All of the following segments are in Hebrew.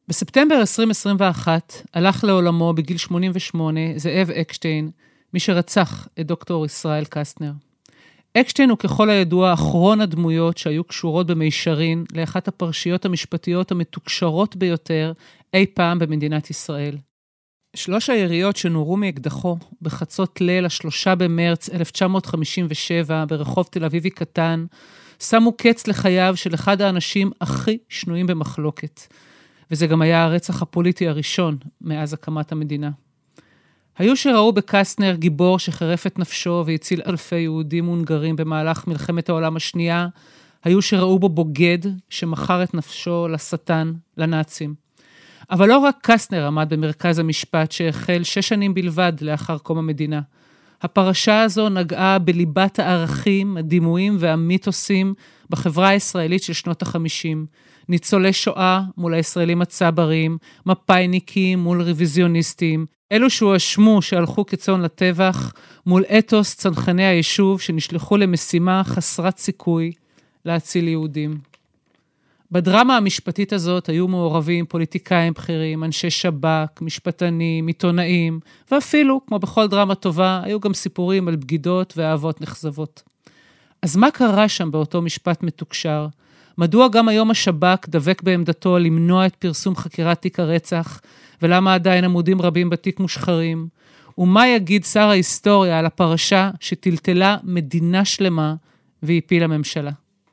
בספטמבר 2021 הלך לעולמו בגיל 88 זאב אקשטיין, מי שרצח את דוקטור ישראל קסטנר. אקשטיין הוא ככל הידוע אחרון הדמויות שהיו קשורות במישרין לאחת הפרשיות המשפטיות המתוקשרות ביותר אי פעם במדינת ישראל. 3 היריות שנורו מאקדחו בחצות ליל 3 במרץ 1957 ברחוב תל אביבי קטן, שמו קץ לחייו של אחד האנשים הכי שנויים במחלוקת. וזה גם היה הרצח הפוליטי הראשון מאז הקמת המדינה. היו שראו בקסטנר גיבור שחרף את נפשו והציל אלפי יהודים הונגרים במהלך מלחמת העולם השנייה, היו שראו בו בוגד שמכר את נפשו לשטן, לנאצים. אבל לא רק קסטנר עמד במרכז המשפט שהחל 6 שנים בלבד לאחר קום המדינה. הפרשה הזו נגעה בליבת הערכים, הדימויים והמיתוסים בחברה הישראלית של שנות ה-50. ניצולי שואה מול הישראלים הצברים, מפאיניקים מול רוויזיוניסטים, אלו שהואשמו שהלכו כצאן לטבח, מול אתוס צנחני היישוב שנשלחו למשימה חסרת סיכוי להציל יהודים. בדרמה המשפטית הזאת היו מעורבים פוליטיקאים בכירים, אנשי שב"כ, משפטנים, עיתונאים, ואפילו, כמו בכל דרמה טובה, היו גם סיפורים על בגידות ואהבות נחזבות. אז מה קרה שם באותו משפט מתוקשר? מדוע גם היום השב"כ דבק בעמדתו למנוע את פרסום חקירת תיק הרצח, ולמה עדיין עמודים רבים בתיק מושחרים? ומה יגיד שר ההיסטוריה על הפרשה שטלטלה מדינה שלמה והפילה ממשלה?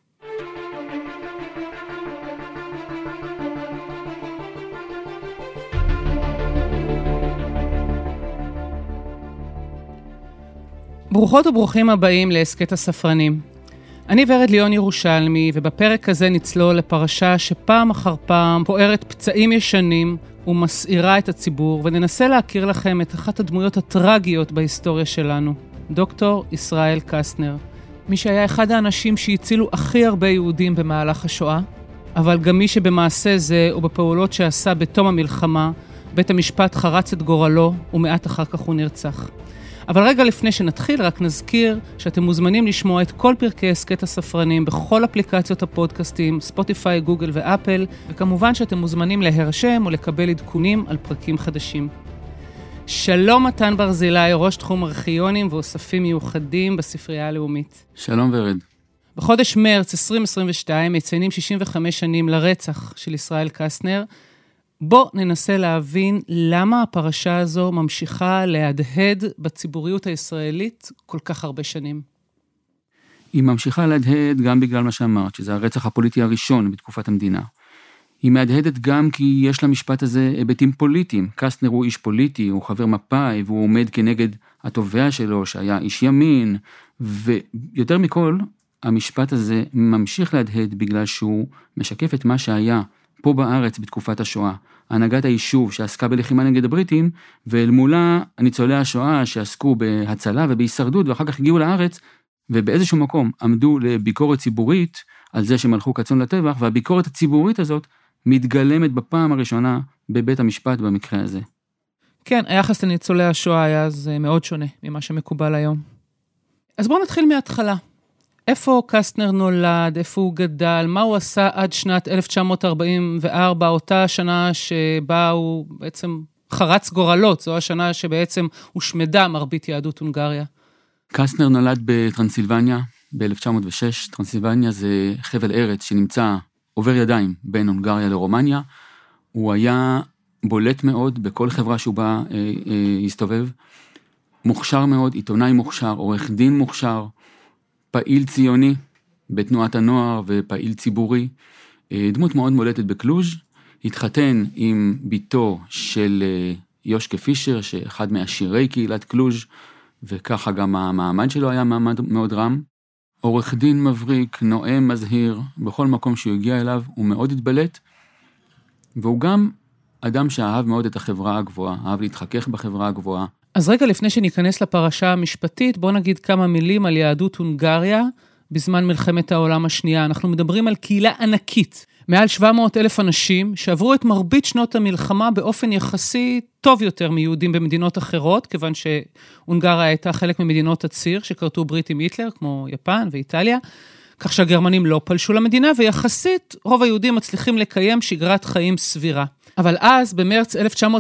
ברוכות וברוכים הבאים לעסקת הספרנים. אני ורד ליאון ירושלמי, ובפרק הזה נצלול לפרשה שפעם אחר פעם פוערת פצעים ישנים ומסעירה את הציבור, וננסה להכיר לכם את אחת הדמויות הטרגיות בהיסטוריה שלנו, דוקטור ישראל קסטנר. מי שהיה אחד האנשים שהצילו הכי הרבה יהודים במהלך השואה, אבל גם מי שבמעשה זה ובפעולות שעשה בתום המלחמה, בית המשפט חרץ את גורלו ומעט אחר כך הוא נרצח. אבל רגע לפני שנתחיל, רק נזכיר שאתם מוזמנים לשמוע את כל פרקי עסקת הספרנים בכל אפליקציות הפודקאסטים, ספוטיפיי, גוגל ואפל, וכמובן שאתם מוזמנים להירשם או לקבל עדכונים על פרקים חדשים. שלום מתן ברזילי, ראש תחום ארכיונים ואוספים מיוחדים בספרייה הלאומית. שלום ורד. בחודש מרץ 2022 מציינים 65 שנים לרצח של ישראל קסטנר. בוא ננסה להבין למה הפרשה הזו ממשיכה להדהד בציבוריות הישראלית כל כך הרבה שנים. היא ממשיכה להדהד גם בגלל מה שאמרת, שזה הרצח הפוליטי הראשון בתקופת המדינה. היא מהדהדת גם כי יש למשפט הזה היבטים פוליטיים. קסטנר הוא איש פוליטי, הוא חבר מפא"י, והוא עומד כנגד התובע שלו, שהיה איש ימין, ויותר מכל, המשפט הזה ממשיך להדהד בגלל שהוא משקף את מה שהיה פה בארץ בתקופת השואה. הנהגת היישוב שעסקה בלחימה נגד הבריטים, ואל מולה ניצולי השואה שעסקו בהצלה ובהישרדות, ואחר כך הגיעו לארץ, ובאיזשהו מקום עמדו לביקורת ציבורית על זה שהם הלכו כצאן לטבח, והביקורת הציבורית הזאת מתגלמת בפעם הראשונה בבית המשפט במקרה הזה. כן, היחס לניצולי השואה היה אז מאוד שונה ממה שמקובל היום. אז בואו נתחיל מההתחלה. איפה קסטנר נולד, איפה הוא גדל, מה הוא עשה עד שנת 1944, אותה השנה שבה הוא בעצם חרץ גורלות, זו השנה שבעצם הושמדה מרבית יהדות הונגריה. קסטנר נולד בטרנסילבניה ב-1906, טרנסילבניה זה חבל ארץ שנמצא עובר ידיים בין הונגריה לרומניה, הוא היה בולט מאוד בכל חברה שהוא בא הסתובב, מוכשר מאוד, עיתונאי מוכשר, עורך דין מוכשר, פעיל ציוני בתנועת הנוער ופעיל ציבורי, דמות מאוד מולטת בקלוז', התחתן עם ביתו של יושקה פישר, שאחד מעשירי קהילת קלוז', וככה גם המעמד שלו היה מעמד מאוד רם. עורך דין מבריק, נואם, מזהיר, בכל מקום שהוא הגיע אליו הוא מאוד התבלט, והוא גם אדם שאהב מאוד את החברה הגבוהה, אהב להתחכך בחברה הגבוהה. אז רגע לפני שניכנס לפרשה המשפטית, בוא נגיד כמה מילים על יהדות הונגריה בזמן מלחמת העולם השנייה. אנחנו מדברים על קהילה ענקית, מעל 700,000 אנשים שעברו את מרבית שנות המלחמה באופן יחסי טוב יותר מיהודים במדינות אחרות, כיוון שהונגריה הייתה חלק ממדינות הציר שקרתו ברית עם היטלר, כמו יפן ואיטליה. כך שהגרמנים לא פלשו למדינה, ויחסית רוב היהודים מצליחים לקיים שגרת חיים סבירה. אבל אז, במרץ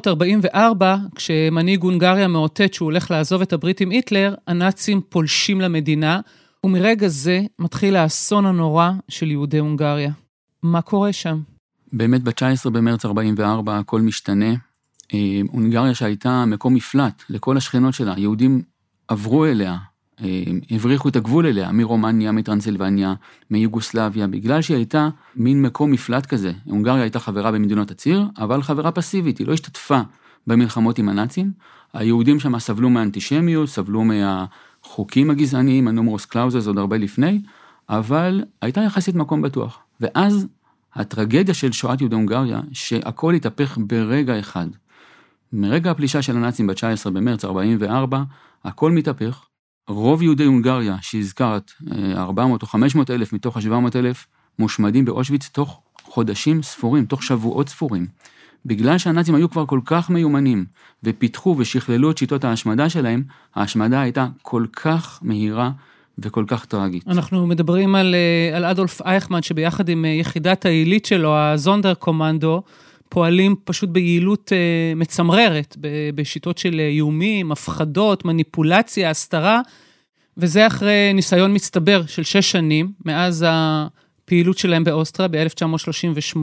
1944, כשמנהיג הונגריה מאותת שהוא הולך לעזוב את הברית עם היטלר, הנאצים פולשים למדינה, ומרגע זה מתחיל האסון הנורא של יהודי הונגריה. מה קורה שם? באמת ב-19 במרץ 44 הכל משתנה. הונגריה שהייתה מקום מפלט לכל השכנות שלה, יהודים עברו אליה, הבריחו את הגבול אליה, מרומניה, מטרנסילבניה, מיוגוסלביה, בגלל שהיא הייתה מין מקום מפלט כזה. הונגריה הייתה חברה במדינות הציר, אבל חברה פסיבית, היא לא השתתפה במלחמות עם הנאצים. היהודים שם סבלו מהאנטישמיות, סבלו מהחוקים הגזעניים, הנומרוס קלאוזס עוד הרבה לפני, אבל הייתה יחסית מקום בטוח. ואז הטרגדיה של שואת יהודי הונגריה, שהכל התהפך ברגע אחד. מרגע הפלישה של הנאצים ב-19 במרץ 44, הכל מתהפך. רוב יהודי הונגריה שהזכרת, 400 או 500 אלף מתוך ה-700 אלף, מושמדים באושוויץ תוך חודשים ספורים, תוך שבועות ספורים. בגלל שהנאצים היו כבר כל כך מיומנים, ופיתחו ושכללו את שיטות ההשמדה שלהם, ההשמדה הייתה כל כך מהירה וכל כך טרגית. אנחנו מדברים על אדולף אייכמן, שביחד עם יחידת העילית שלו, הזונדר קומנדו, פועלים פשוט ביעילות מצמררת, בשיטות של איומים, הפחדות, מניפולציה, הסתרה, וזה אחרי ניסיון מצטבר של 6 שנים, מאז הפעילות שלהם באוסטריה ב-1938,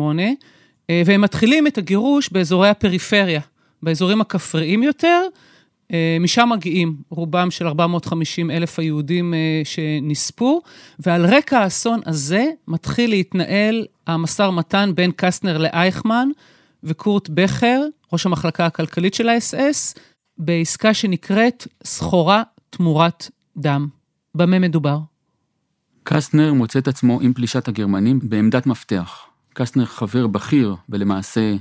והם מתחילים את הגירוש באזורי הפריפריה, באזורים הכפריים יותר, משם מגיעים רובם של 450 אלף היהודים שנספו, ועל רקע האסון הזה מתחיל להתנהל המשא ומתן בין קסטנר לאייכמן, וקורט בכר, ראש המחלקה הכלכלית של ה-SS, בעסקה שנקראת סחורה תמורת דם. במה מדובר? קסטנר מוצא את עצמו עם פלישת הגרמנים בעמדת מפתח. קסטנר חבר בכיר, ולמעשה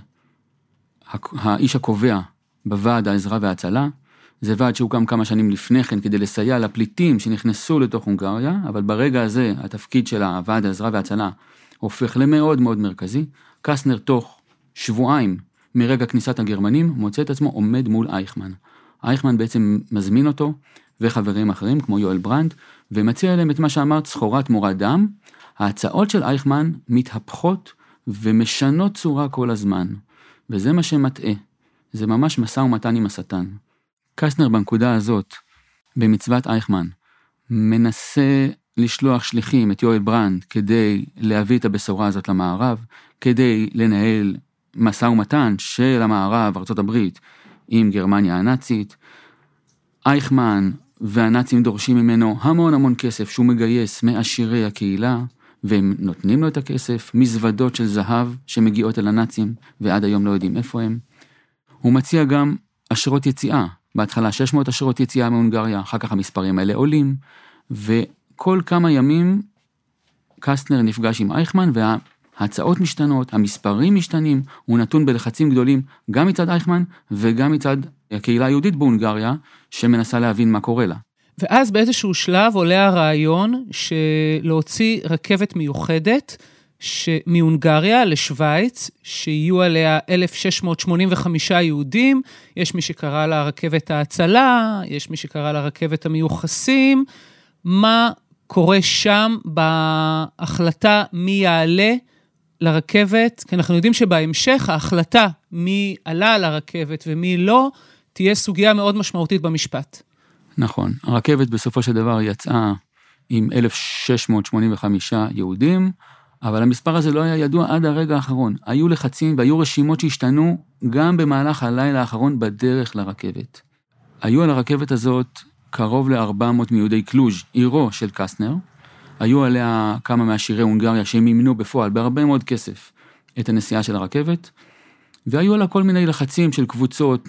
האיש הקובע בוועד העזרה וההצלה. זה ועד שהוקם כמה שנים לפני כן כדי לסייע לפליטים שנכנסו לתוך הונגריה, אבל ברגע הזה התפקיד של הוועד העזרה וההצלה הופך למאוד מאוד מרכזי. קסטנר תוך שבועיים מרגע כניסת הגרמנים מוצא את עצמו עומד מול אייכמן. אייכמן בעצם מזמין אותו וחברים אחרים כמו יואל ברנד, ומציע להם את מה שאמרת, סחורה תמורת דם. ההצעות של אייכמן מתהפכות ומשנות צורה כל הזמן, וזה מה שמטעה. זה ממש משא ומתן עם השטן. קסטנר בנקודה הזאת, במצוות אייכמן, מנסה לשלוח שליחים את יואל ברנד כדי להביא את הבשורה הזאת למערב, כדי לנהל משא ומתן של המערב, ארצות הברית, עם גרמניה הנאצית. אייכמן והנאצים דורשים ממנו המון המון כסף שהוא מגייס מעשירי הקהילה, והם נותנים לו את הכסף, מזוודות של זהב שמגיעות אל הנאצים, ועד היום לא יודעים איפה הם. הוא מציע גם אשרות יציאה, בהתחלה 600 אשרות יציאה מהונגריה, אחר כך המספרים האלה עולים, וכל כמה ימים קסטנר נפגש עם אייכמן, וההצעות משתנות, המספרים משתנים, הוא נתון בלחצים גדולים, גם מצד אייכמן, וגם מצד הקהילה היהודית בהונגריה, שמנסה להבין מה קורה לה. ואז באיזשהו שלב עולה הרעיון להוציא רכבת מיוחדת מהונגריה לשוויץ, שיהיו עליה 1,685 יהודים, יש מי שקרא לה רכבת ההצלה, יש מי שקרא לה רכבת המיוחסים. מה קורה שם בהחלטה מי יעלה לרכבת? כי אנחנו יודעים שבהמשך ההחלטה מי עלה לרכבת ומי לא, תהיה סוגיה מאוד משמעותית במשפט. נכון, הרכבת בסופו של דבר יצאה עם 1,685 יהודים, אבל המספר הזה לא היה ידוע עד הרגע האחרון. היו לחצים והיו רשימות שהשתנו גם במהלך הלילה האחרון בדרך לרכבת. היו על הרכבת הזאת קרוב ל-400 מיהודי קלוז', עירו של קסטנר. היו עליה כמה מעשירי הונגריה שהם מימנו בפועל בהרבה מאוד כסף את הנסיעה של הרכבת, והיו עליה כל מיני לחצים של קבוצות,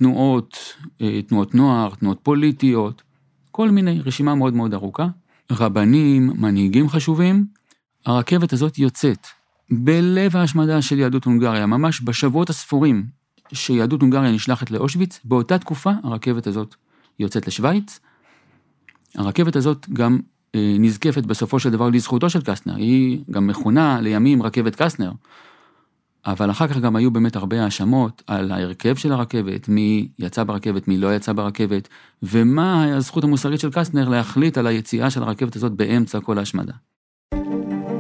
תנועות נוער, תנועות פוליטיות, כל מיני, רשימה מאוד מאוד ארוכה, רבנים, מנהיגים חשובים. הרכבת הזאת יוצאת בלב ההשמדה של יהדות הונגריה, ממש בשבועות הספורים שיהדות הונגריה נשלחת לאושוויץ, באותה תקופה הרכבת הזאת יוצאת לשוויץ. הרכבת הזאת גם נזקפת בסופו של דבר לזכותו של קסטנר, היא גם מכונה לימים רכבת קסטנר, אבל אחר כך גם היו באמת הרבה האשמות על ההרכב של הרכבת, מי יצא ברכבת, מי לא יצא ברכבת, ומה הזכות המוסרית של קסטנר להחליט על היציאה של הרכבת הזאת באמצע כל ההשמדה.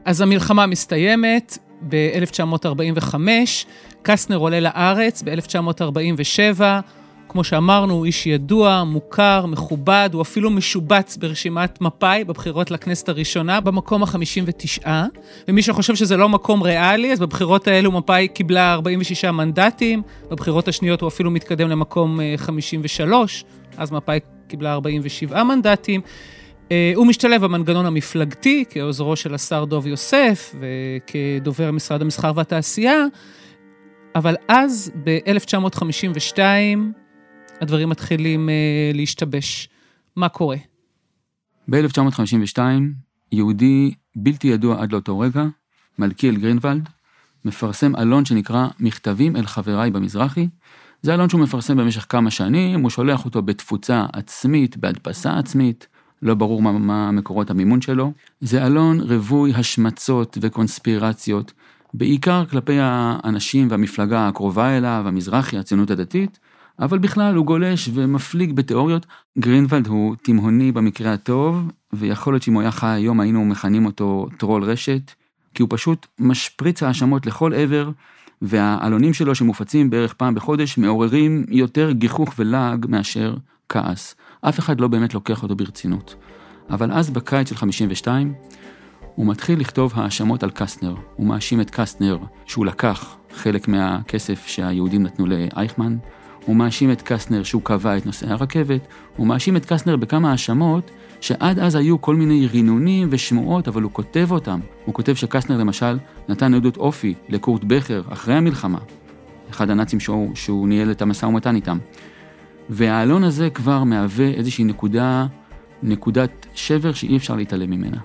אז המלחמה מסתיימת ב-1945, קסטנר עולה לארץ ב-1947, כמו שאמרנו, הוא איש ידוע, מוכר, מכובד, הוא אפילו משובץ ברשימת מפא"י בבחירות לכנסת הראשונה, במקום ה-59, ומי שחושב שזה לא מקום ריאלי, אז בבחירות האלו מפא"י קיבלה 46 מנדטים, בבחירות השניות הוא אפילו מתקדם למקום 53, אז מפא"י קיבלה 47 מנדטים, הוא משתלב במנגנון המפלגתי, כעוזרו של השר דוב יוסף, וכדובר משרד המסחר והתעשייה, אבל אז ב-1952, הדברים מתחילים להשתבש. מה קורה? ב-1952, יהודי בלתי ידוע עד לאותו רגע, מלכיאל גרינוולד, מפרסם אלון שנקרא מכתבים אל חבריי במזרחי. זה אלון שהוא מפרסם במשך כמה שנים, הוא שולח אותו בתפוצה עצמית, בהדפסה עצמית, לא ברור מה מקורות המימון שלו. זה אלון רווי השמצות וקונספירציות, בעיקר כלפי האנשים והמפלגה הקרובה אליו, המזרחי, הציונות הדתית, אבל בכלל הוא גולש ומפליג בתיאוריות. גרינוולד הוא תימהוני במקרה הטוב, ויכול להיות שאם הוא היה חי היום היינו מכנים אותו טרול רשת, כי הוא פשוט משפריץ האשמות לכל עבר, והאלונים שלו שמופצים בערך פעם בחודש מעוררים יותר גיחוך ולעג מאשר כעס. אף אחד לא באמת לוקח אותו ברצינות. אבל אז בקיץ של 52, הוא מתחיל לכתוב האשמות על קסטנר. הוא מאשים את קסטנר שהוא לקח חלק מהכסף שהיהודים נתנו לאייכמן, הוא מאשים את קסטנר שהוא קבע את נושא הרכבת, הוא מאשים את קסטנר בכמה האשמות שעד אז היו כל מיני רינונים ושמועות, אבל הוא כותב אותם. הוא כותב שקסטנר למשל נתן עדות אופי לקורט בכר אחרי המלחמה, אחד הנאצים שהוא ניהל את המשא ומתן איתם. והאלון הזה כבר מהווה איזושהי נקודת שבר שאי אפשר להתעלם ממנה.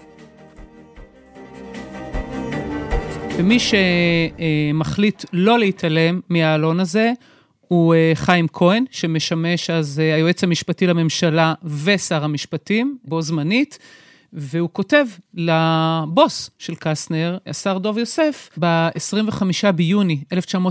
ומי שמחליט לא להתעלם מהאלון הזה, הוא חיים כהן, שמשמש אז היועץ המשפטי לממשלה ושר המשפטים, בו זמנית, והוא כותב לבוס של קסטנר, השר דוב יוסף, ב-25 ביוני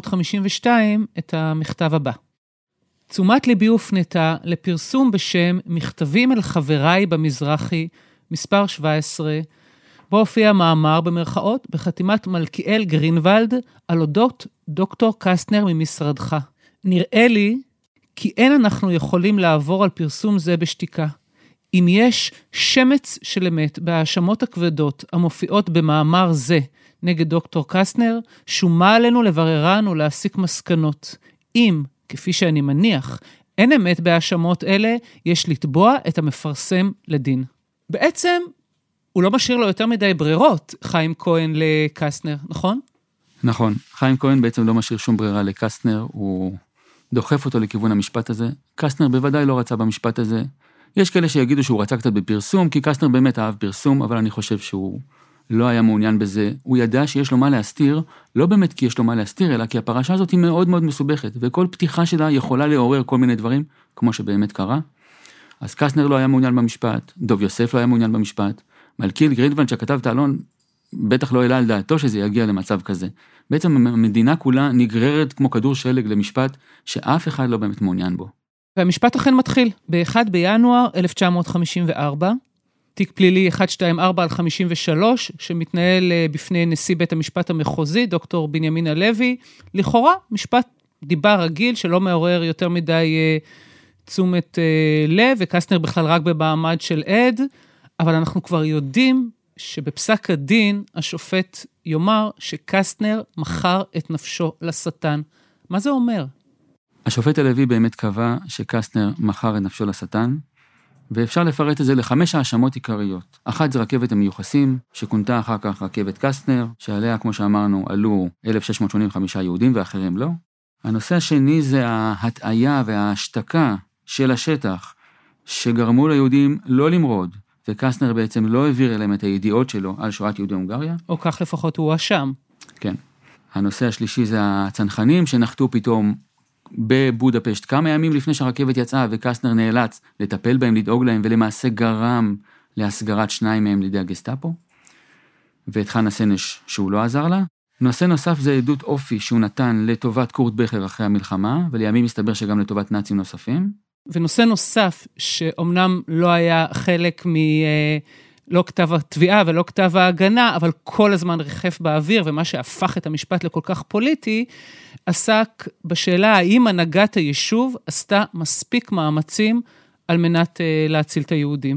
1952, את המכתב הבא. תשומת ליבי הופנתה לפרסום בשם מכתבים אל חבריי במזרחי, מספר 17, בו הופיע מאמר במרכאות בחתימת מלכיאל גרינוולד על אודות דוקטור קסטנר ממשרדך. נראה לי כי אין אנחנו יכולים לעבור על פרסום זה בשתיקה. אם יש שמץ של אמת בהאשמות הכבדות המופיעות במאמר זה נגד דוקטור קסטנר, שומה עלינו לבררן ולהסיק מסקנות. אם, כפי שאני מניח, אין אמת בהאשמות אלה, יש לתבוע את המפרסם לדין. בעצם, הוא לא משאיר לו יותר מדי ברירות, חיים כהן לקסטנר, נכון? נכון, חיים כהן בעצם לא משאיר שום ברירה לקסטנר, הוא דוחף אותו לכיוון המשפט הזה. קסטנר בוודאי לא רצה במשפט הזה. יש כאלה שיגידו שהוא רצה קצת בפרסום, כי קסטנר באמת אהב פרסום, אבל אני חושב שהוא לא היה מעוניין בזה. הוא ידע שיש לו מה להסתיר, לא באמת כי יש לו מה להסתיר, אלא כי הפרשה הזאת היא מאוד מאוד מסובכת, וכל פתיחה שלה יכולה לעורר כל מיני דברים, כמו שבאמת קרה. אז קסטנר לא היה מעוניין במשפט, דוב יוסף לא היה מעוניין במשפט, מלכיאל גרינוולד שכתב את האלון, בטח לא העלה על דעתו שזה יגיע למצב כזה. בעצם המדינה כולה נגררת כמו כדור שלג למשפט שאף אחד לא באמת מעוניין בו. והמשפט אכן מתחיל ב-1 בינואר 1954, תיק פלילי 124 על 53, שמתנהל בפני נשיא בית המשפט המחוזי, דוקטור בנימין הלוי, לכאורה משפט דיבה רגיל שלא מעורר יותר מדי תשומת לב, וקסטנר בכלל רק במעמד של עד, אבל אנחנו כבר יודעים שבפסק הדין השופט יאמר שקסטנר מכר את נפשו לשטן. מה זה אומר? השופט הלוי באמת קבע שקסטנר מכר את נפשו לשטן, ואפשר לפרט את זה ל5 האשמות עיקריות. אחת זה רכבת המיוחסים, שכונתה אחר כך רכבת קסטנר, שעליה, כמו שאמרנו, עלו 1,685 יהודים ואחרים לא. הנושא השני זה ההטעיה וההשתקה של השטח, שגרמו ליהודים לא למרוד, וקסטנר בעצם לא העביר אליהם את הידיעות שלו על שואת יהודי הונגריה. או כך לפחות הוא אשם. כן. הנושא השלישי זה הצנחנים שנחתו פתאום בבודפשט כמה ימים לפני שהרכבת יצאה, וקסטנר נאלץ לטפל בהם, לדאוג להם, ולמעשה גרם להסגרת 2 מהם לידי הגסטאפו, ואת חנה סנש שהוא לא עזר לה. נושא נוסף זה עדות אופי שהוא נתן לטובת קורט בכר אחרי המלחמה, ולימים מסתבר שגם לטובת נאצים נוספים. ונושא נוסף שאומנם לא היה חלק לא כתב התביעה ולא כתב ההגנה, אבל כל הזמן ריחף באוויר, ומה שהפך את המשפט לכל כך פוליטי, עסק בשאלה האם הנהגת היישוב עשתה מספיק מאמצים על מנת להציל את היהודים.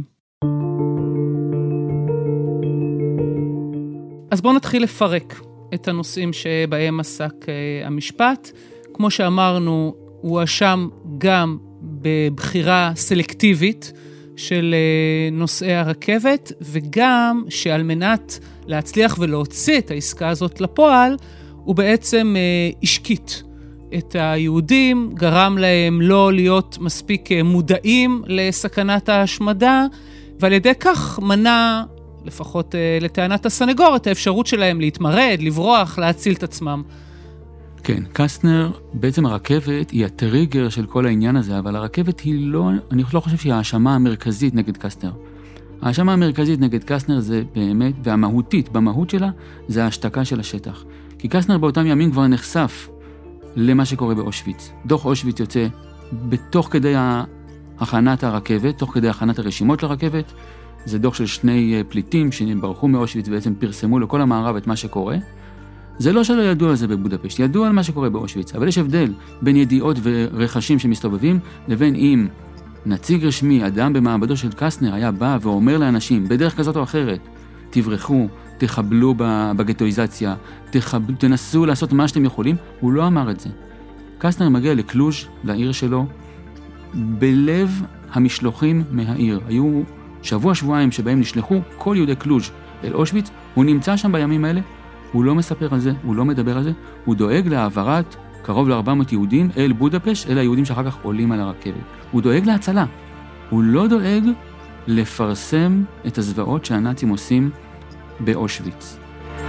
אז בואו נתחיל לפרק את הנושאים שבהם עסק המשפט. כמו שאמרנו, הוא אשם גם בבחירה סלקטיבית של נוסעי הרכבת, וגם שעל מנת להצליח ולהוציא את העסקה הזאת לפועל, הוא בעצם השקיט את היהודים, גרם להם לא להיות מספיק מודעים לסכנת ההשמדה, ועל ידי כך מנע, לפחות לטענת הסנגור, את האפשרות שלהם להתמרד, לברוח, להציל את עצמם. כן, קסטנר, בעצם הרכבת היא הטריגר של כל העניין הזה, אבל הרכבת היא לא, אני לא חושב שהיא האשמה המרכזית נגד קסטנר. האשמה המרכזית נגד קסטנר זה באמת, והמהותית, במהות שלה, זה ההשתקה של השטח. כי קסטנר באותם ימים כבר נחשף למה שקורה באושוויץ. דוח אושוויץ יוצא בתוך כדי הכנת הרכבת, תוך כדי הכנת הרשימות לרכבת. זה דוח של 2 פליטים שברחו מאושוויץ ובעצם פרסמו לכל המערב את מה שקורה. זה לא שלא ידעו על זה בבודפשט, ידעו על מה שקורה באושוויץ, אבל יש הבדל בין ידיעות ורכשים שמסתובבים, לבין אם נציג רשמי, אדם במעבדו של קסטנר, היה בא ואומר לאנשים, בדרך כזאת או אחרת, תברחו, תחבלו בגטואיזציה, תנסו לעשות מה שאתם יכולים, הוא לא אמר את זה. קסטנר מגיע לקלוז', לעיר שלו, בלב המשלוחים מהעיר. היו שבוע-שבועיים שבהם נשלחו כל יהודי קלוז' אל אושוויץ, הוא נמצא שם בימים האלה, הוא לא מספר על זה, הוא לא מדבר על זה, הוא דואג להעברת קרוב ל-400 יהודים אל בודפשט, אל היהודים שאחר כך עולים על הרכבת. הוא דואג להצלה, הוא לא דואג לפרסם את הזוועות שהנאצים עושים באושוויץ.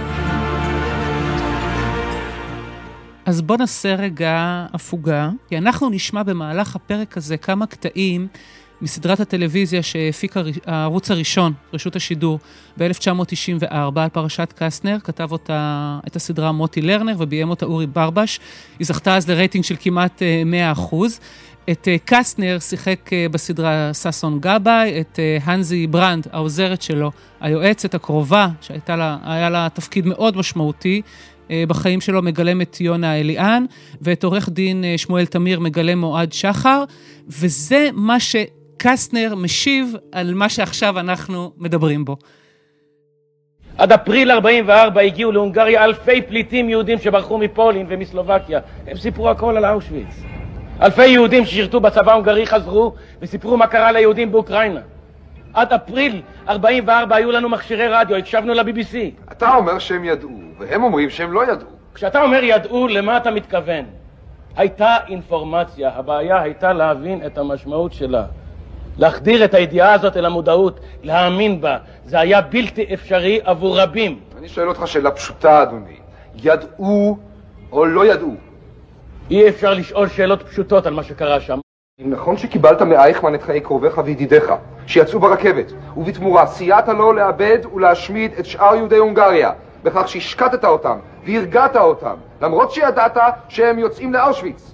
אז בוא נעשה רגע הפוגה, כי אנחנו נשמע במהלך הפרק הזה כמה קטעים מסדרת הטלוויזיה שהפיק הערוץ הראשון, רשות השידור, ב-1994 על פרשת קסטנר, כתב אותה, את הסדרה מוטי לרנר וביים אותה אורי ברבש, היא זכתה אז לרייטינג של כמעט 100%. את קסטנר שיחק בסדרה ססון גבאי, את הנזי ברנד, העוזרת שלו, היועצת הקרובה, שהיה לה תפקיד מאוד משמעותי, בחיים שלו מגלם את יונה אליאן, ואת עורך דין שמואל תמיר מגלם מועד שחר, וזה מה שקסטנר משיב על מה שעכשיו אנחנו מדברים בו. עד אפריל 44 הגיעו להונגריה אלפי פליטים יהודים שברחו מפולין ומסלובקיה. הם סיפרו הכל על אושוויץ. אלפי יהודים ששירתו בצבא ההונגרי חזרו וסיפרו מה קרה ליהודים באוקראינה. עד אפריל 44 היו לנו מכשירי רדיו, הקשבנו ל-BBC. אתה אומר שהם ידעו, והם אומרים שהם לא ידעו. כשאתה אומר ידעו, למה אתה מתכוון? הייתה אינפורמציה, הבעיה הייתה להבין את המשמעות שלה. להחדיר את הידיעה הזאת אל המודעות, להאמין בה. זה היה בלתי אפשרי עבור רבים. אני שואל אותך שאלה פשוטה, אדוני. ידעו או לא ידעו? אי אפשר לשאול שאלות פשוטות על מה שקרה שם. אם נכון שקיבלת מאייכמן את חיי קרוביך וידידיך, שיצאו ברכבת, ובתמורה סייעת לו לאבד ולהשמיד את שאר יהודי הונגריה, בכך שהשקטת אותם והרגעת אותם, למרות שידעת שהם יוצאים לאושוויץ.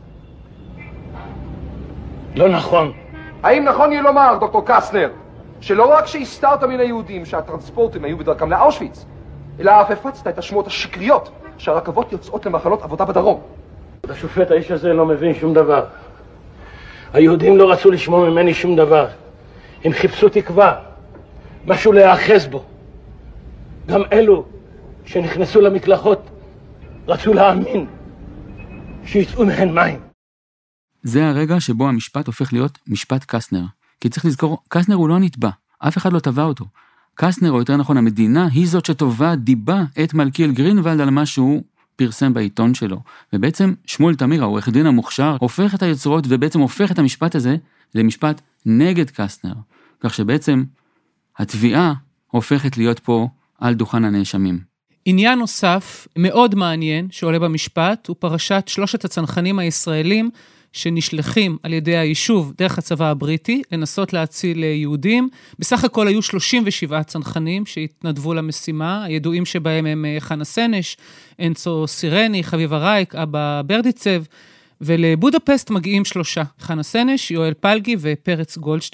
לא נכון. האם נכון יהיה לומר, דוקטור קסטנר, שלא רק שהסתרת מן היהודים שהטרנספורטים היו בדרכם לאושוויץ, אלא אף הפצת את השמועות השקריות שהרכבות יוצאות למחנות עבודה בדרום? השופט, האיש הזה לא מבין שום דבר. היהודים לא רצו לשמוע ממני שום דבר. הם חיפשו תקווה, משהו להאחז בו. גם אלו שנכנסו למקלחות רצו להאמין שיצאו מהן מים. זה הרגע שבו המשפט הופך להיות משפט קסטנר. כי צריך לזכור, קסטנר הוא לא נתבע, אף אחד לא תבע אותו. קסטנר, או יותר נכון, המדינה, היא זאת שטובה דיבה את מלכיאל גרינוולד על מה שהוא פרסם בעיתון שלו. ובעצם שמואל תמיר, העורך דין המוכשר, הופך את היוצרות ובעצם הופך את המשפט הזה למשפט נגד קסטנר. כך שבעצם התביעה הופכת להיות פה על דוכן הנאשמים. עניין נוסף מאוד מעניין שעולה במשפט הוא פרשת 3 הצנחנים הישראלים שנשלחים על ידי היישוב דרך הצבא הבריטי לנסות להציל יהודים. בסך הכל היו 37 צנחנים שהתנדבו למשימה, הידועים שבהם הם חנה סנש, אנצו סירני, חביבה רייק, אבא ברדיצב, ולבודפסט מגיעים 3, חנה סנש, יואל פלגי ופרץ גולדשטיין.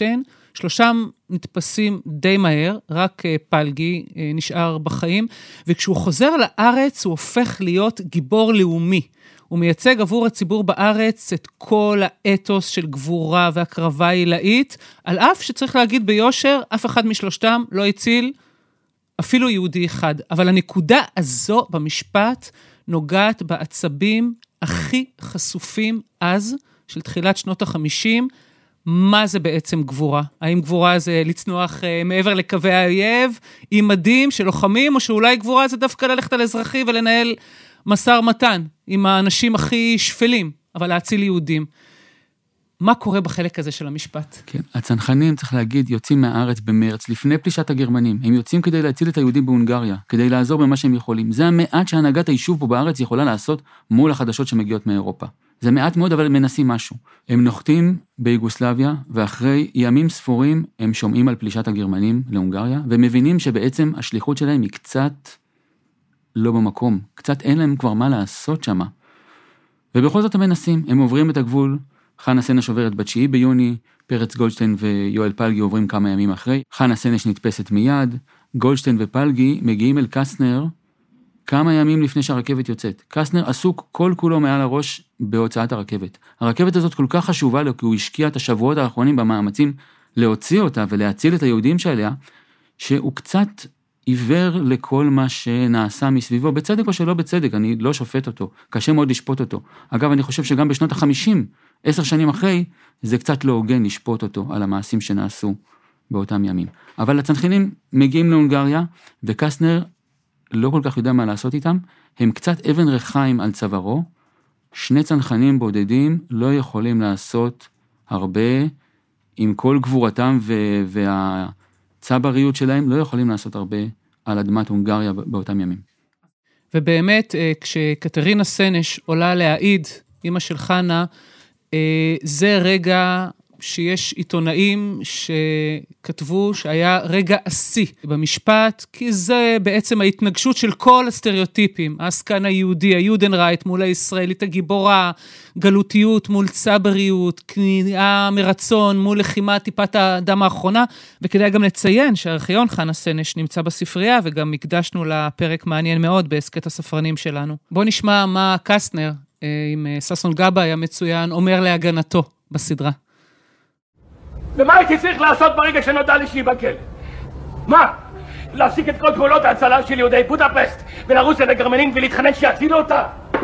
שלושם נתפסים די מהר, רק פלגי נשאר בחיים, וכשהוא חוזר לארץ הוא הופך להיות גיבור לאומי. הוא מייצג עבור הציבור בארץ את כל האתוס של גבורה והקרבה עילאית, על אף שצריך להגיד ביושר, אף אחד משלושתם לא הציל אפילו יהודי אחד. אבל הנקודה הזו במשפט נוגעת בעצבים הכי חשופים אז, של תחילת שנות ה-50, מה זה בעצם גבורה? האם גבורה זה לצנוח מעבר לקווי האויב, עם מדים של לוחמים, או שאולי גבורה זה דווקא ללכת על אזרחי ולנהל מסר מתן, עם האנשים הכי שפלים, אבל להציל יהודים. מה קורה בחלק הזה של המשפט? כן, הצנחנים, צריך להגיד, יוצאים מהארץ במרץ, לפני פלישת הגרמנים. הם יוצאים כדי להציל את היהודים בהונגריה, כדי לעזור במה שהם יכולים. זה המעט שהנהגת היישוב פה בארץ יכולה לעשות מול החדשות שמגיעות מאירופה. זה מעט מאוד, אבל הם מנסים משהו. הם נוחתים ביוגוסלביה, ואחרי ימים ספורים הם שומעים על פלישת הגרמנים להונגריה, ומבינים שבעצם השליחות שלהם היא קצת לא במקום. קצת אין להם כבר מה לעשות שמה. ובכל זאת הם מנסים, הם עוברים את הגבול, חנה סנש עוברת ב9 ביוני, פרץ גולדשטיין ויואל פלגי עוברים כמה ימים אחרי, חנה סנש נתפסת מיד, גולדשטיין ופלגי מגיעים אל קסטנר כמה ימים לפני שהרכבת יוצאת. קסטנר עסוק כל כולו מעל הראש בהוצאת הרכבת. הרכבת הזאת כל כך חשובה לו, כי הוא השקיע את השבועות האחרונים במאמצים להוציא אותה ולהציל את היהודים שעליה, שהוא קצת עיוור לכל מה שנעשה מסביבו, בצדק או שלא בצדק, אני לא שופט אותו, קשה מאוד לשפוט אותו. אגב, אני חושב שגם בשנות ה-50, 10 שנים אחרי, זה קצת לא הוגן לשפוט אותו על המעשים שנעשו באותם ימים. אבל הצנחנים מגיעים להונגריה, וקסטנר לא כל כך יודע מה לעשות איתם, הם קצת אבן רחיים על צווארו, 2 צנחנים בודדים לא יכולים לעשות הרבה, עם כל גבורתם והצבריות שלהם, לא יכולים לעשות הרבה על אדמת הונגריה באותם ימים. ובאמת, כשקטרינה סנש עולה להעיד, אמא של חנה, זה רגע שיש עיתונאים שכתבו שהיה רגע עשי במשפט, כי זה בעצם ההתנגשות של כל הסטריאוטיפים, העסקן היהודי, היודנרייט מול הישראלית הגיבורה, גלותיות מול צבריות, כניעה מרצון מול לחימה טיפת הדם האחרונה, וכדאי גם לציין שהארכיון חנה סנש נמצא בספרייה, וגם הקדשנו לפרק מעניין מאוד בעסקת הספרנים שלנו. בואו נשמע מה קסטנר, עם ששון גבאי המצוין, אומר להגנתו בסדרה. ומה הייתי צריך לעשות ברגע שנודע לי שהיא בכלא? מה? להפסיק את כל פעולות ההצלה של יהודי בודפשט ולרוץ אל הגרמנים ולהתחנן שיצילו אותה?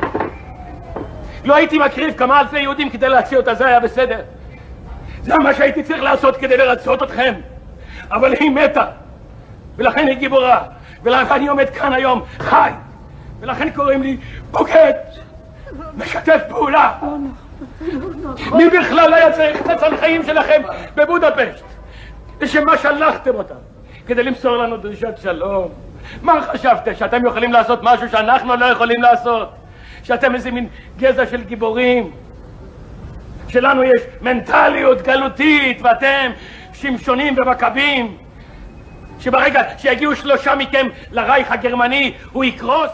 לא הייתי מקריב כמה אלפי יהודים כדי להציל אותה, זה היה בסדר. זה מה שהייתי צריך לעשות כדי לרצות אתכם. אבל היא מתה, ולכן היא גיבורה, ולכן אני עומד כאן היום חי, ולכן קוראים לי בוגד, משתף פעולה. מי בכלל היה צריך את הצנחנים שלכם בבודפשט? לשם מה שלחתם אותם? כדי למסור לנו דרישת שלום. מה חשבתם? שאתם יכולים לעשות משהו שאנחנו לא יכולים לעשות? שאתם איזה מין גזע של גיבורים? שלנו יש מנטליות גלותית ואתם שמשונים ומכבים? שברגע שיגיעו 3 מכם לרייך הגרמני הוא יקרוס?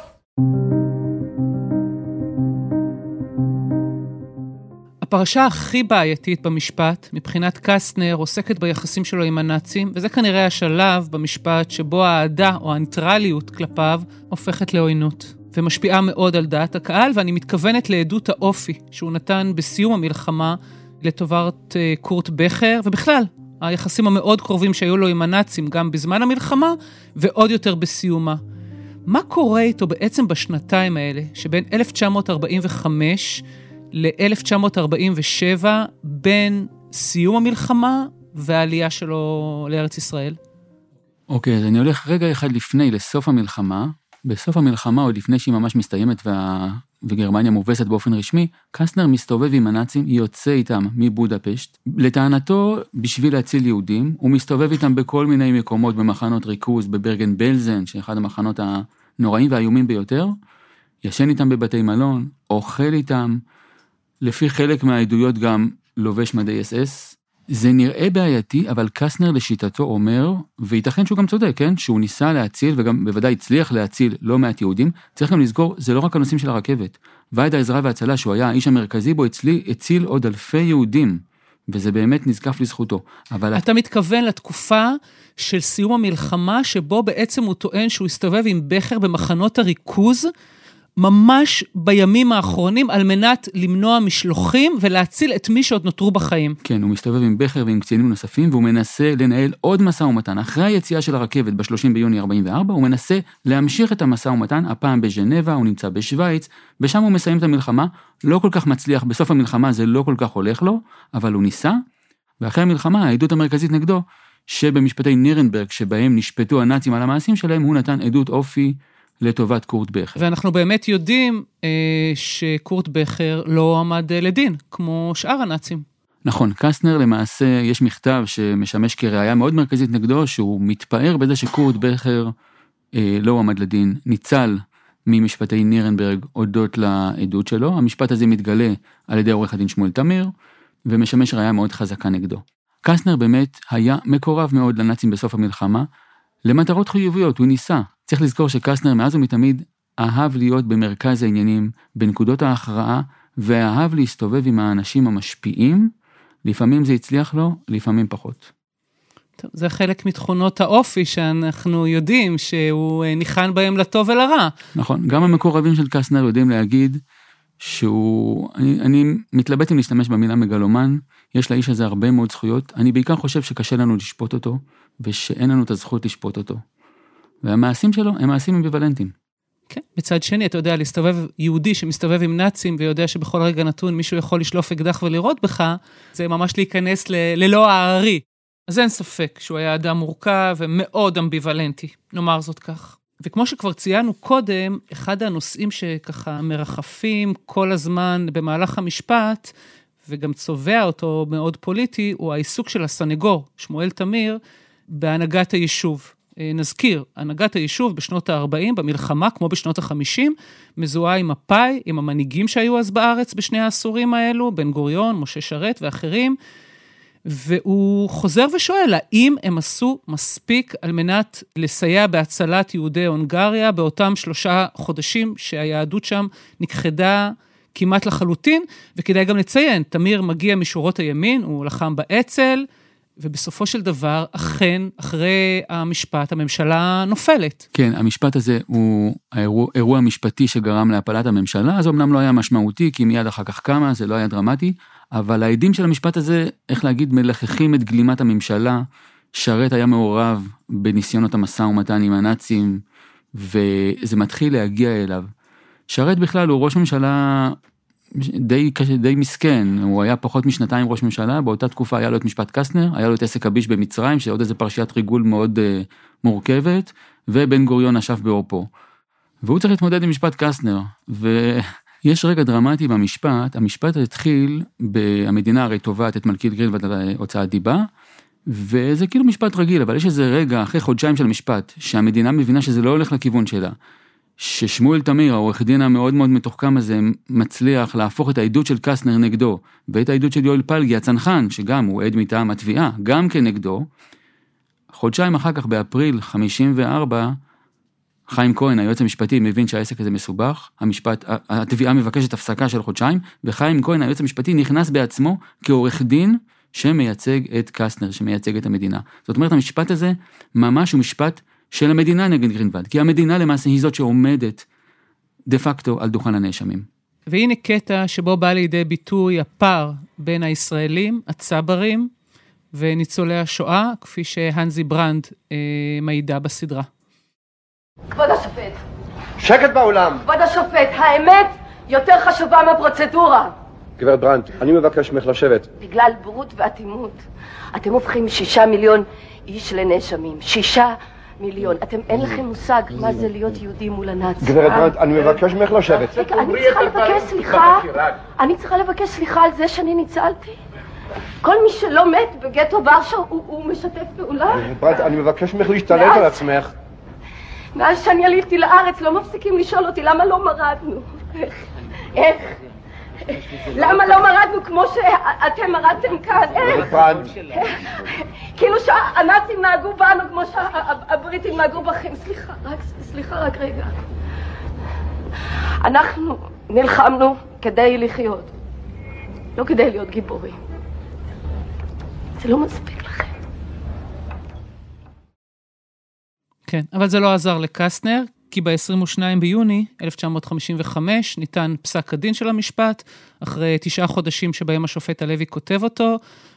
הפרשה הכי בעייתית במשפט, מבחינת קסטנר, עוסקת ביחסים שלו עם הנאצים, וזה כנראה השלב במשפט שבו האהדה או האנטרליות כלפיו הופכת לעוינות, ומשפיעה מאוד על דעת הקהל, ואני מתכוונת לעדות האופי שהוא נתן בסיום המלחמה לטובת קורט בכר, ובכלל, היחסים המאוד קרובים שהיו לו עם הנאצים גם בזמן המלחמה, ועוד יותר בסיומה. מה קורה איתו בעצם בשנתיים האלה, שבין 1945 ל-1947, בין סיום המלחמה והעלייה שלו לארץ ישראל? אוקיי, אז אני הולך רגע אחד לפני, לסוף המלחמה. בסוף המלחמה, עוד לפני שהיא ממש מסתיימת וגרמניה מובסת באופן רשמי, קסטנר מסתובב עם הנאצים, יוצא איתם מבודפשט. לטענתו, בשביל להציל יהודים, הוא מסתובב איתם בכל מיני מקומות, במחנות ריכוז, בברגן בלזן, שאחד המחנות הנוראים והאיומים ביותר, ישן איתם בבתי מלון, אוכל איתם, לפי חלק מהעדויות גם לובש מדי אס-אס. זה נראה בעייתי, אבל קסטנר לשיטתו אומר, וייתכן שהוא גם צודק, כן? שהוא ניסה להציל, וגם בוודאי הצליח להציל לא מעט יהודים. צריך גם לסגור, זה לא רק הנושאים של הרכבת. ועד העזרה והצלה, שהוא היה האיש המרכזי בו, הציל עוד אלפי יהודים. וזה באמת נזקף לזכותו. אבל אתה מתכוון לתקופה של סיום המלחמה, שבו בעצם הוא טוען שהוא הסתובב עם בחר במחנות הריכוז, ממש בימים האחרונים, על מנת למנוע משלוחים ולהציל את מי שעוד נותרו בחיים. כן, הוא מסתובב עם בחר ועם קצינים נוספים, והוא מנסה לנהל עוד מסע ומתן. אחרי היציאה של הרכבת ב-30 ביוני 44, הוא מנסה להמשיך את המסע ומתן, הפעם בז'נבה, הוא נמצא בשוויץ, ושם הוא מסיים את המלחמה, לא כל כך מצליח, בסוף המלחמה זה לא כל כך הולך לו, אבל הוא ניסה, ואחרי המלחמה, העדות המרכזית נגדו, שבמשפטי נירנברג, שבהם נשפטו הנאצים על המעשים שלהם, הוא נתן עדות אופי לטובת קורט בכר. ואנחנו באמת יודעים שקורט בכר לא עמד לדין, כמו שאר הנאצים. נכון, קסטנר למעשה, יש מכתב שמשמש כראיה מאוד מרכזית נגדו, שהוא מתפאר בזה שקורט בכר לא עמד לדין, ניצל ממשפטי נירנברג הודות לעדות שלו. המשפט הזה מתגלה על ידי עורך הדין שמואל תמיר, ומשמש ראיה מאוד חזקה נגדו. קסטנר באמת היה מקורב מאוד לנאצים בסוף המלחמה, למטרות חיוביות, הוא ניסה. צריך לזכור שקסטנר מאז ומתמיד אהב להיות במרכז העניינים, בנקודות ההכרעה, ואהב להסתובב עם האנשים המשפיעים, לפעמים זה הצליח לו, לפעמים פחות. טוב, זה חלק מתכונות האופי שאנחנו יודעים שהוא ניחן בהם לטוב ולרע. נכון, גם המקורבים של קסטנר יודעים להגיד שהוא, אני מתלבט אם להשתמש במילה מגלומן, יש לאיש הזה הרבה מאוד זכויות, אני בעיקר חושב שקשה לנו לשפוט אותו, ושאין לנו את הזכות לשפוט אותו. והמעשים שלו הם מעשים אמביוולנטיים. כן, בצד שני, אתה יודע, להסתובב יהודי שמסתובב עם נאצים, ויודע שבכל רגע נתון מישהו יכול לשלוף אקדח ולראות בך, זה ממש להיכנס ללא הערי. אז אין ספק שהוא היה אדם מורכב ומאוד אמביוולנטי, נאמר זאת כך. וכמו שכבר ציינו קודם, אחד הנושאים שככה מרחפים כל הזמן במהלך המשפט, וגם צובע אותו מאוד פוליטי, הוא העיסוק של הסנגור, שמואל תמיר, בהנהגת היישוב. נזכיר, הנהגת היישוב בשנות ה-40, במלחמה, כמו בשנות ה-50, מזוהה עם מפא"י, עם המנהיגים שהיו אז בארץ בשני העשורים האלו, בן גוריון, משה שרת ואחרים, והוא חוזר ושואל, האם הם עשו מספיק על מנת לסייע בהצלת יהודי הונגריה, באותם 3 חודשים שהיהדות שם נכחדה כמעט לחלוטין, וכדאי גם לציין, תמיר מגיע משורות הימין, הוא לחם באצ"ל, ובסופו של דבר, אכן, אחרי המשפט, הממשלה נופלת. כן, המשפט הזה הוא אירוע משפטי שגרם להפלת הממשלה, אז אמנם לא היה משמעותי, כי מיד אחר כך קמה, זה לא היה דרמטי, אבל העדים של המשפט הזה, איך להגיד, מלחכים את גלימת הממשלה, שרת היה מעורב בניסיונות המשא ומתן עם הנאצים, וזה מתחיל להגיע אליו. שרת בכלל הוא ראש ממשלה די מסכן, הוא היה פחות משנתיים ראש ממשלה, באותה תקופה היה לו את משפט קסטנר, היה לו את עסק הביש במצרים, שעוד איזה פרשיית ריגול מאוד מורכבת, ובן גוריון נשף באורפו. והוא צריך להתמודד עם משפט קסטנר, ויש רגע דרמטי במשפט, המשפט התחיל, המדינה הרי תובעת את מלכית גרינוולד על הוצאת דיבה, וזה כאילו משפט רגיל, אבל יש איזה רגע אחרי חודשיים של משפט, שהמדינה מבינה שזה לא הולך לכיוון שלה, ששמואל תמיר, העורך דין המאוד מאוד מתוחכם הזה, מצליח להפוך את העדות של קסטנר נגדו, ואת העדות של יואל פלגי, הצנחן, שגם הוא עד מטעם התביעה, גם כנגדו. חודשיים אחר כך, באפריל 54, חיים כהן, היועץ המשפטי, מבין שהעסק הזה מסובך, התביעה מבקשת הפסקה של חודשיים, וחיים כהן, היועץ המשפטי, נכנס בעצמו כעורך דין שמייצג את קסטנר, שמייצג את המדינה. זאת אומרת, המשפט הזה ממש הוא משפט של המדינה נגד גרינוולד, כי המדינה למעשה היא זאת שעומדת דה פקטו על דוכן הנאשמים. והנה קטע שבו בא לידי ביטוי הפער בין הישראלים, הצברים וניצולי השואה, כפי שהנזי ברנד מעידה בסדרה. כבוד השופט. שקט באולם. כבוד השופט, האמת יותר חשובה מהפרוצדורה. גברת ברנד, אני מבקש ממך לשבת. בגלל בורות ואטימות, אתם הופכים 6 מיליון איש לנאשמים. 6 מיליון. אתם אין לכם מושג מה זה להיות יהודי מול הנאצים. גברת ברנד, אני מבקש ממך לשבת. אני צריכה לבקש סליחה. אני צריכה לבקש סליחה על זה שאני ניצלתי. כל מי שלא מת בגטו ורשה הוא משתף פעולה. גברת ברנד, אני מבקש ממך להשתלט על עצמך. מאז שאני עליתי לארץ לא מפסיקים לשאול אותי למה לא מרדנו. איך? למה לא מרדנו כמו שאתם מרדתם כאן? איך? כאילו שהנאצים נהגו בנו כמו שהבריטים נהגו בכם. סליחה רק רגע. אנחנו נלחמנו כדי לחיות, לא כדי להיות גיבורים. זה לא מספיק לכם. כן, אבל זה לא עזר לקסטנר, כי ב-22 ביוני 1955 ניתן פסק הדין של המשפט, אחרי 9 חודשים שבהם השופט הלוי כותב אותו,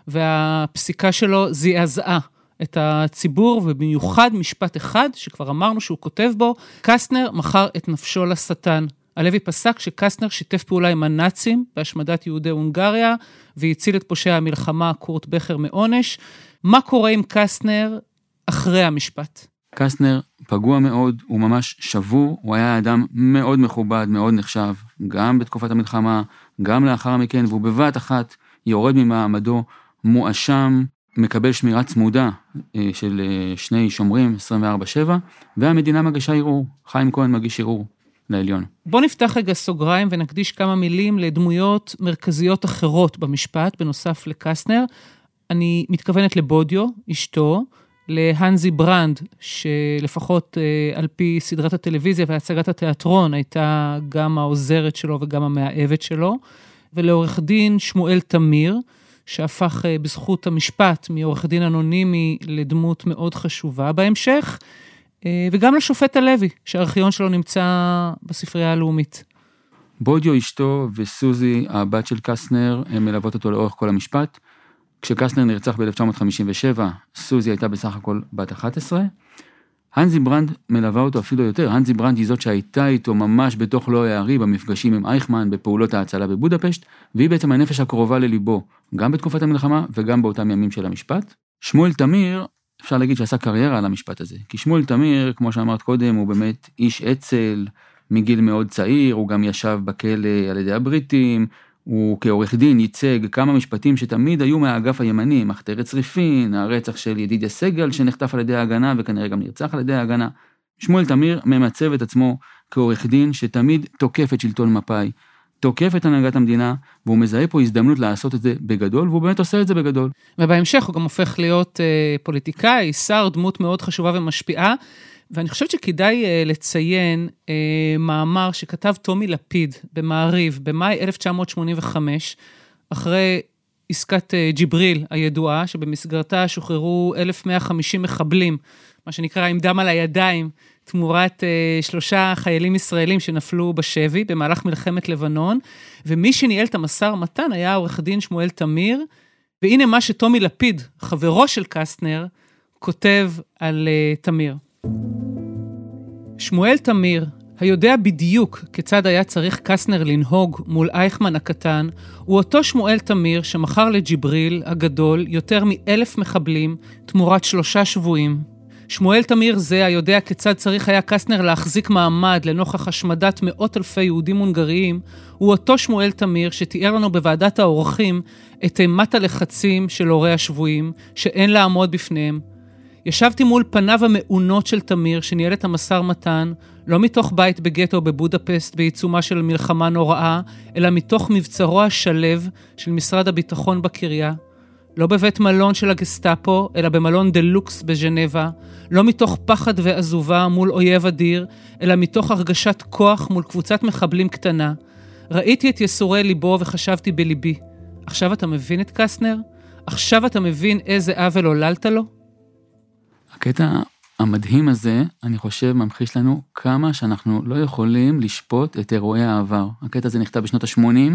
והפסיקה שלו זעזעה את הציבור, ובמיוחד משפט אחד, שכבר אמרנו שהוא כותב בו, קסטנר מכר את נפשו לשטן. הלוי פסק שקסטנר שיתף פעולה עם הנאצים בהשמדת יהודי הונגריה, והציל את פושע המלחמה קורט בכר מעונש. מה קורה עם קסטנר אחרי המשפט? קסטנר פגוע מאוד, הוא ממש שבור, הוא היה אדם מאוד מכובד, מאוד נחשב, גם בתקופת המלחמה, גם לאחר מכן, והוא בבת אחת יורד ממעמדו, מואשם, מקבל שמירה צמודה של 2 שומרים, 24/7, והמדינה מגישה ערעור. חיים כהן מגיש ערעור לעליון. בוא נפתח רגע סוגריים ונקדיש כמה מילים לדמויות מרכזיות אחרות במשפט, בנוסף לקסטנר. אני מתכוונת לבודיו, אשתו, להנזי ברנד, שלפחות על פי סדרת הטלוויזיה והצגת התיאטרון, הייתה גם העוזרת שלו וגם המאהבת שלו, ולעורך דין שמואל תמיר, שהפך בזכות המשפט מעורך דין אנונימי לדמות מאוד חשובה בהמשך, וגם לשופט הלוי, שהארכיון שלו נמצא בספרייה הלאומית. בודיו אשתו וסוזי, הבת של קסטנר, הם מלוות אותו לאורך כל המשפט. כשקסטנר נרצח ב-1957, סוזי הייתה בסך הכל בת 11. הנזי ברנד מלווה אותו אפילו יותר. הנזי ברנד היא זאת שהייתה איתו ממש בתוך לא הערי, במפגשים עם אייכמן, בפעולות ההצלה בבודפשט, והיא בעצם הנפש הקרובה לליבו, גם בתקופת המלחמה וגם באותם ימים של המשפט. שמואל תמיר, אפשר להגיד שעשה קריירה על המשפט הזה, כי שמואל תמיר, כמו שאמרת קודם, הוא באמת איש אצל, מגיל מאוד צעיר, הוא גם ישב בכלא על ידי הבריטים, הוא כעורך דין ייצג כמה משפטים שתמיד היו מהאגף הימני, מחתרת צריפין, הרצח של ידידיה סגל שנחטף על ידי ההגנה וכנראה גם נרצח על ידי ההגנה. שמואל תמיר ממצב את עצמו כעורך דין שתמיד תוקף את שלטון מפא"י, תוקף את הנהגת המדינה, והוא מזהה פה הזדמנות לעשות את זה בגדול, והוא באמת עושה את זה בגדול. ובהמשך הוא גם הופך להיות פוליטיקאי, שר, דמות מאוד חשובה ומשפיעה, ואני חושבת שכדאי לציין מאמר שכתב טומי לפיד במעריב במאי 1985, אחרי עסקת ג'יבריל הידועה, שבמסגרתה שוחררו 1,150 מחבלים, מה שנקרא עם דם על הידיים, תמורת 3 חיילים ישראלים שנפלו בשבי במהלך מלחמת לבנון, ומי שניהל את המשא ומתן היה עורך דין שמואל תמיר, והנה מה שטומי לפיד, חברו של קסטנר, כותב על תמיר. שמואל תמיר, היודע בדיוק כיצד היה צריך קסטנר לנהוג מול אייכמן הקטן, הוא אותו שמואל תמיר שמכר לג'יבריל הגדול יותר מ1,000 מחבלים תמורת 3 שבויים. שמואל תמיר זה היודע כיצד צריך היה קסטנר להחזיק מעמד לנוכח השמדת 100,000 יהודים הונגריים, הוא אותו שמואל תמיר שתיאר לנו בוועדת האורחים את אימת הלחצים של הורי השבויים, שאין לעמוד בפניהם. ישבתי מול פניו המעונות של תמיר שניהל את המשא ומתן, לא מתוך בית בגטו בבודפסט בעיצומה של מלחמה נוראה, אלא מתוך מבצרו השלב של משרד הביטחון בקריה. לא בבית מלון של הגסטאפו, אלא במלון דלוקס בז'נבה, לא מתוך פחד ועזובה מול אויב אדיר, אלא מתוך הרגשת כוח מול קבוצת מחבלים קטנה. ראיתי את יסורי ליבו וחשבתי בליבי, עכשיו אתה מבין את קסטנר? עכשיו אתה מבין איזה עוול עוללת לו? הקטע המדהים הזה, אני חושב, ממחיש לנו כמה שאנחנו לא יכולים לשפוט את אירועי העבר. הקטע הזה נכתב בשנות ה-80,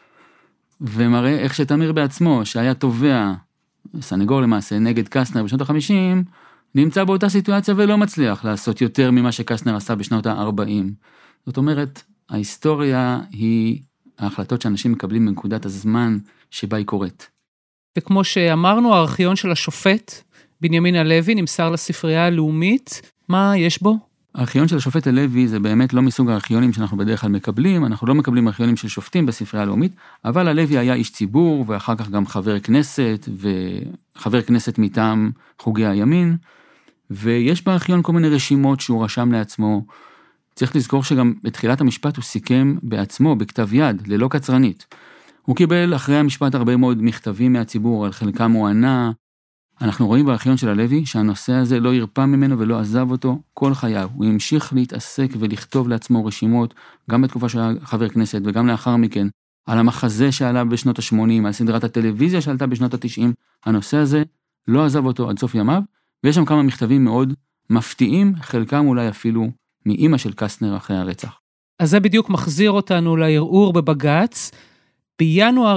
ומראה איך שתמיר בעצמו, שהיה תובע, סנגור למעשה, נגד קסטנר בשנות ה-50, נמצא באותה סיטואציה ולא מצליח לעשות יותר ממה שקסטנר עשה בשנות ה-40. זאת אומרת, ההיסטוריה היא ההחלטות שאנשים מקבלים בנקודת הזמן שבה היא קורית. וכמו שאמרנו, הארכיון של השופט, בנימין הלוי, נמסר לספרייה הלאומית. מה יש בו? הארכיון של השופט הלוי זה באמת לא מסוג הארכיונים שאנחנו בדרך כלל מקבלים, אנחנו לא מקבלים ארכיונים של שופטים בספרייה הלאומית, אבל הלוי היה איש ציבור, ואחר כך גם חבר כנסת, וחבר כנסת מטעם חוגי הימין, ויש בארכיון כל מיני רשימות שהוא רשם לעצמו. צריך לזכור שגם בתחילת המשפט הוא סיכם בעצמו, בכתב יד, ללא קצרנית. הוא קיבל אחרי המשפט הרבה מאוד מכתבים מהציבור, על חלקם הוא ענה. אנחנו רואים בארכיון של הלוי שהנושא הזה לא ירפא ממנו ולא עזב אותו כל חייו. הוא המשיך להתעסק ולכתוב לעצמו רשימות, גם בתקופה שהיה חבר כנסת וגם לאחר מכן, על המחזה שעלה בשנות ה-80, על סדרת הטלוויזיה שעלתה בשנות ה-90, הנושא הזה לא עזב אותו עד סוף ימיו, ויש שם כמה מכתבים מאוד מפתיעים, חלקם אולי אפילו מאמא של קסטנר אחרי הרצח. אז זה בדיוק מחזיר אותנו לערעור בבג"ץ. בינואר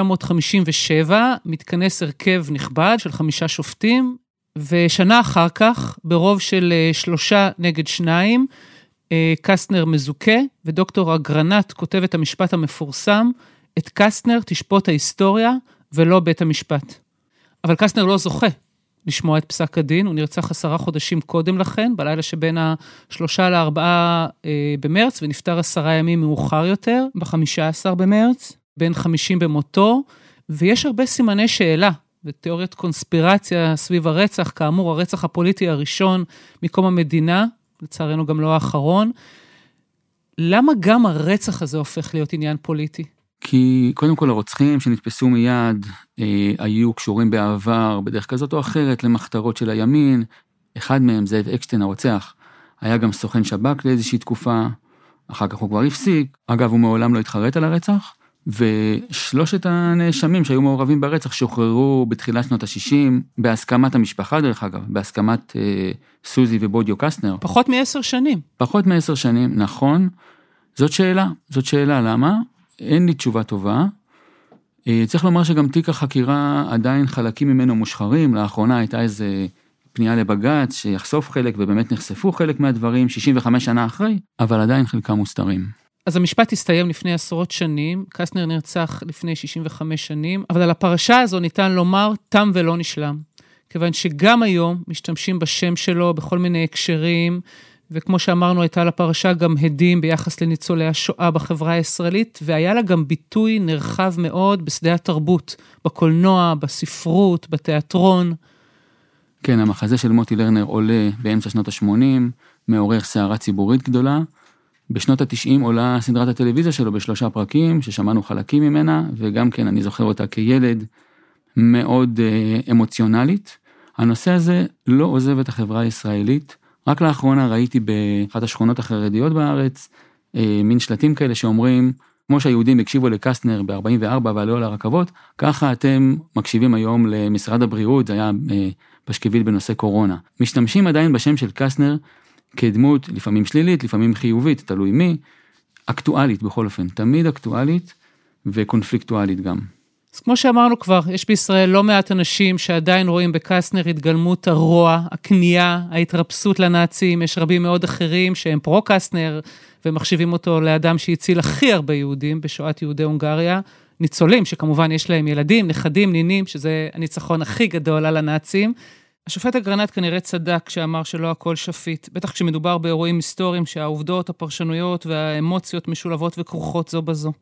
1957 מתכנס הרכב נכבד של 5 שופטים, ושנה אחר כך, ברוב של 3-2, קסטנר מזוכה, ודוקטור אגרנט כותב את המשפט המפורסם, את קסטנר תשפוט ההיסטוריה ולא בית המשפט. אבל קסטנר לא זוכה לשמוע את פסק הדין, הוא נרצח 10 חודשים קודם לכן, בלילה שבין 3 ל-4 במרץ, ונפטר 10 ימים מאוחר יותר, ב-15 במרץ, בין 50 במותו, ויש הרבה סימני שאלה, ותיאוריית קונספירציה סביב הרצח, כאמור הרצח הפוליטי הראשון מקום המדינה, לצערנו גם לא האחרון. למה גם הרצח הזה הופך להיות עניין פוליטי? כי קודם כל הרוצחים שנתפסו מיד היו קשורים בעבר, בדרך כזאת או אחרת, למחתרות של הימין. אחד מהם, זאב אקשטיין הרוצח, היה גם סוכן שב"כ לאיזושהי תקופה, אחר כך הוא כבר הפסיק. אגב, הוא מעולם לא התחרט על הרצח, ושלושת הנאשמים שהיו מעורבים ברצח שוחררו בתחילת שנות ה-60, בהסכמת המשפחה דרך אגב, בהסכמת סוזי ובודיו קסטנר. פחות מ10 שנים. פחות מ10 שנים, נכון. זאת שאלה, למה? אין לי תשובה טובה. צריך לומר שגם תיק החקירה עדיין חלקים ממנו מושחרים, לאחרונה הייתה איזה פנייה לבג"ץ שיחשוף חלק, ובאמת נחשפו חלק מהדברים 65 שנה אחרי, אבל עדיין חלקם מוסתרים. אז המשפט הסתיים לפני 10 שנים, קסטנר נרצח לפני 65 שנים, אבל על הפרשה הזו ניתן לומר תם ולא נשלם, כיוון שגם היום משתמשים בשם שלו בכל מיני הקשרים, וכמו שאמרנו הייתה לפרשה גם הדים ביחס לניצולי השואה בחברה הישראלית, והיה לה גם ביטוי נרחב מאוד בשדה התרבות, בקולנוע, בספרות, בתיאטרון. כן, המחזה של מוטי לרנר עולה באמצע שנות ה-80, מעורר סערה ציבורית גדולה, בשנות ה-90 עולה סדרת הטלוויזיה שלו ב3 פרקים, ששמענו חלקים ממנה, וגם כן אני זוכר אותה כילד מאוד אמוציונלית. הנושא הזה לא עוזב את החברה הישראלית. רק לאחרונה ראיתי באחת השכונות החרדיות בארץ, מין שלטים כאלה שאומרים, כמו שהיהודים הקשיבו לקסטנר ב-44 ועלו על הרכבות, ככה אתם מקשיבים היום למשרד הבריאות, זה היה פשקוויל בנושא קורונה. משתמשים עדיין בשם של קסטנר, כדמות לפעמים שלילית, לפעמים חיובית, תלוי מי, אקטואלית בכל אופן, תמיד אקטואלית וקונפליקטואלית גם. אז כמו שאמרנו כבר, יש בישראל לא מעט אנשים שעדיין רואים בקסטנר התגלמות הרוע, הכניעה, ההתרפסות לנאצים, יש רבים מאוד אחרים שהם פרו-קסטנר, ומחשיבים אותו לאדם שהציל הכי הרבה יהודים בשואת יהודי הונגריה, ניצולים שכמובן יש להם ילדים, נכדים, נינים, שזה הניצחון הכי גדול על הנאצים, השופט אגרנט כנראה צדק כשאמר שלא הכל שפיט, בטח כשמדובר באירועים היסטוריים שהעובדות, הפרשנויות והאמוציות משולבות וכרוכות זו בזו.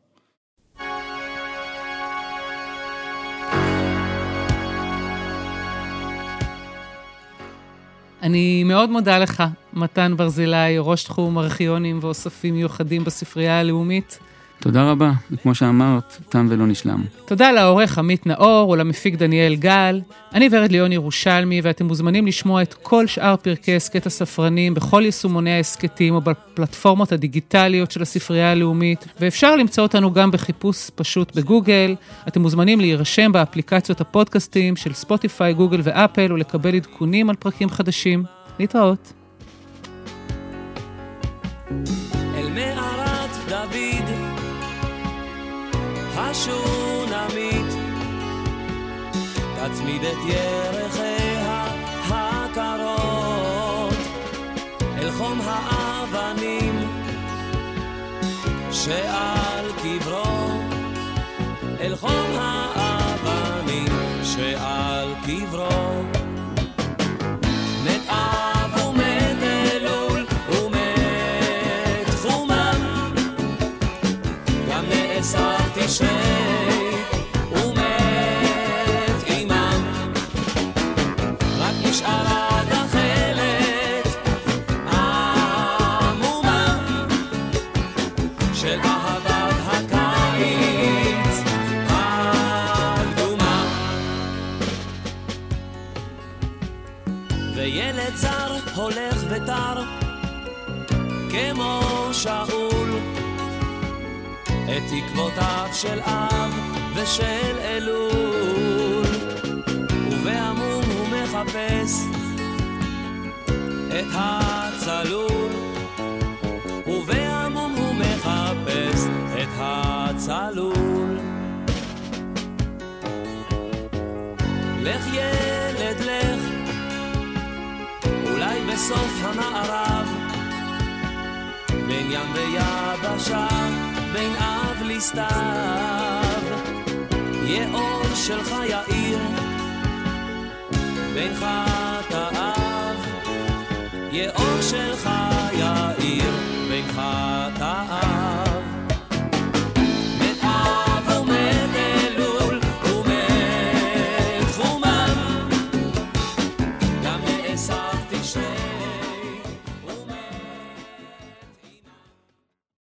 אני מאוד מודה לך, מתן ברזילי, ראש תחום ארכיונים ואוספים מיוחדים בספרייה הלאומית. תודה רבה, וכמו שאמרת, תם ולא נשלם. תודה לעורך עמית נאור ולמפיק דניאל גל. אני ורד ליון ירושלמי, ואתם מוזמנים לשמוע את כל שאר פרקי הסקט הספרנים בכל יישומוני העסקטים או בפלטפורמות הדיגיטליות של הספרייה הלאומית, ואפשר למצוא אותנו גם בחיפוש פשוט בגוגל. אתם מוזמנים להירשם באפליקציות הפודקאסטים של ספוטיפיי, גוגל ואפל, ולקבל עדכונים על פרקים חדשים. להתראות. אל מערת דוד השונמית תצמיד את ירחיה הקרות אל חום האבנים שעל קברו, אל חום האבנים שעל קברו. מת אב ומת אלול ומת חומם, גם נאסר תשרי ומת אימם, רק נשארה גחלת עמומה של אהבת הקיץ הקדומה. וילד זר הולך ותר כמו שאול בתקוותיו של אב ושל אלול, ובעמום הוא מחפש את הצלול, ובעמום הוא מחפש את הצלול. לך ילד לך, אולי בסוף המערב, בין ים ויבשה, בין אב לסתיו, יהיה אור שלך יאיר, בין חטאיו, יהיה אור שלך